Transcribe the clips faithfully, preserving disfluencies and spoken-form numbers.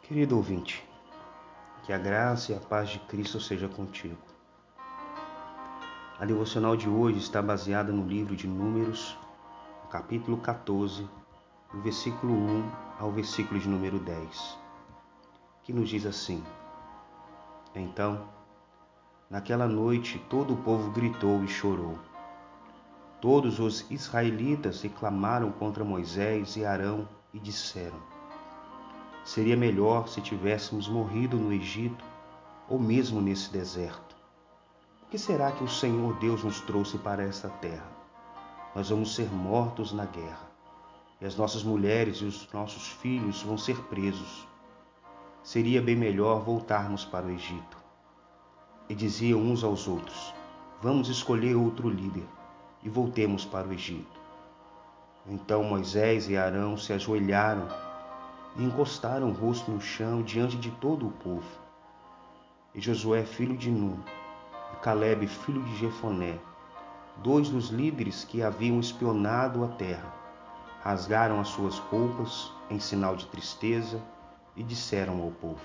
Querido ouvinte, que a graça e a paz de Cristo seja contigo. A devocional de hoje está baseada no livro de Números, no capítulo quatorze, do versículo um ao versículo de número dez, que nos diz assim: Então, naquela noite, todo o povo gritou e chorou. Todos os israelitas reclamaram contra Moisés e Arão e disseram: Seria melhor se tivéssemos morrido no Egito ou mesmo nesse deserto. Por que será que o Senhor Deus nos trouxe para esta terra? Nós vamos ser mortos na guerra, e as nossas mulheres e os nossos filhos vão ser presos. Seria bem melhor voltarmos para o Egito. E diziam uns aos outros: Vamos escolher outro líder e voltemos para o Egito. Então Moisés e Arão se ajoelharam e encostaram o rosto no chão diante de todo o povo. E Josué, filho de Nun, e Calebe, filho de Jefoné, dois dos líderes que haviam espionado a terra, rasgaram as suas roupas em sinal de tristeza e disseram ao povo: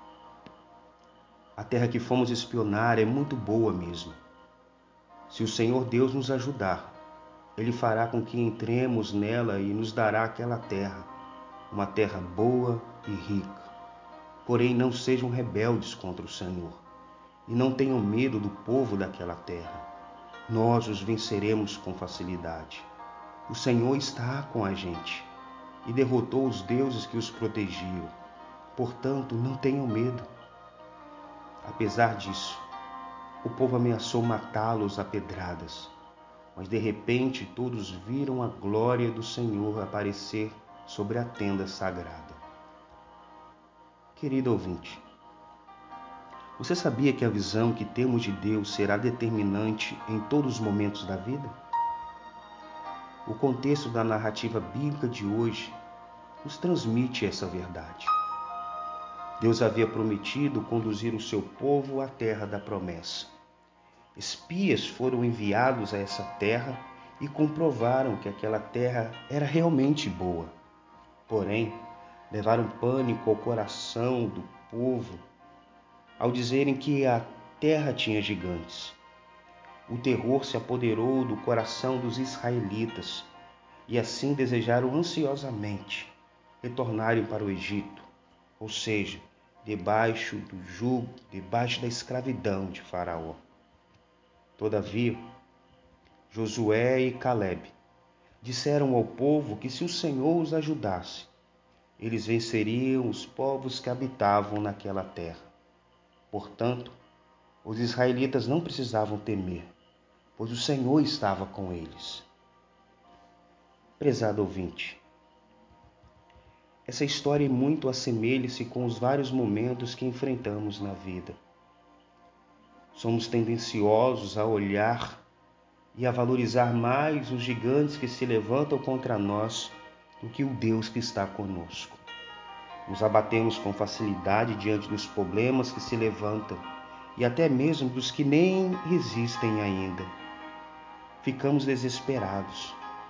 A terra que fomos espionar é muito boa mesmo. Se o Senhor Deus nos ajudar, Ele fará com que entremos nela e nos dará aquela terra, uma terra boa e rica. Porém, não sejam rebeldes contra o Senhor, e não tenham medo do povo daquela terra. Nós os venceremos com facilidade. O Senhor está com a gente, e derrotou os deuses que os protegiam. Portanto, não tenham medo. Apesar disso, o povo ameaçou matá-los a pedradas, mas de repente todos viram a glória do Senhor aparecer sobre a tenda sagrada. Querido ouvinte, você sabia que a visão que temos de Deus será determinante em todos os momentos da vida? O contexto da narrativa bíblica de hoje nos transmite essa verdade. Deus havia prometido conduzir o seu povo à terra da promessa. Espias foram enviados a essa terra e comprovaram que aquela terra era realmente boa. Porém, levaram pânico ao coração do povo ao dizerem que a terra tinha gigantes. O terror se apoderou do coração dos israelitas e assim desejaram ansiosamente retornarem para o Egito, ou seja, debaixo do jugo, debaixo da escravidão de Faraó. Todavia, Josué e Calebe disseram ao povo que se o Senhor os ajudasse, eles venceriam os povos que habitavam naquela terra. Portanto, os israelitas não precisavam temer, pois o Senhor estava com eles. Prezado ouvinte, essa história muito assemelha-se com os vários momentos que enfrentamos na vida. Somos tendenciosos a olhar e a valorizar mais os gigantes que se levantam contra nós do que o Deus que está conosco. Nos abatemos com facilidade diante dos problemas que se levantam e até mesmo dos que nem existem ainda. Ficamos desesperados.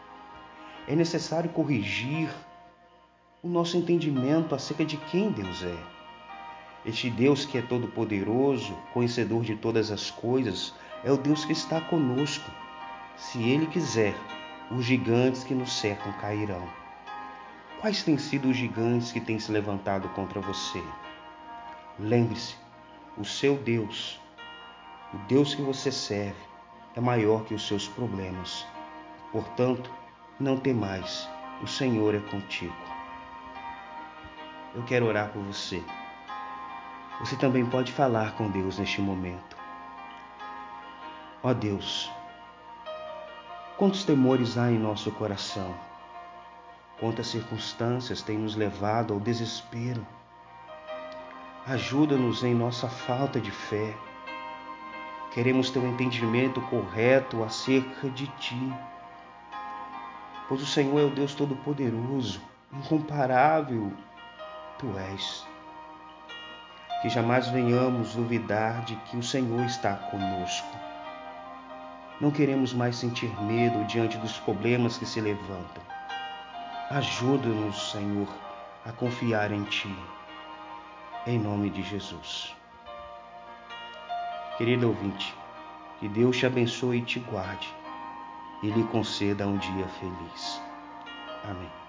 É necessário corrigir o nosso entendimento acerca de quem Deus é. Este Deus que é todo-poderoso, conhecedor de todas as coisas, é o Deus que está conosco. Se Ele quiser, os gigantes que nos cercam cairão. Quais têm sido os gigantes que têm se levantado contra você? Lembre-se, o seu Deus, o Deus que você serve, é maior que os seus problemas. Portanto, não temais, o Senhor é contigo. Eu quero orar por você. Você também pode falar com Deus neste momento. Ó Deus, quantos temores há em nosso coração? Quantas circunstâncias têm nos levado ao desespero? Ajuda-nos em nossa falta de fé. Queremos ter um entendimento correto acerca de Ti, pois o Senhor é o Deus Todo-Poderoso, incomparável Tu és. Que jamais venhamos duvidar de que o Senhor está conosco. Não queremos mais sentir medo diante dos problemas que se levantam. Ajuda-nos, Senhor, a confiar em Ti. em nome de Jesus. Querido ouvinte, que Deus te abençoe e te guarde e lhe conceda um dia feliz. Amém.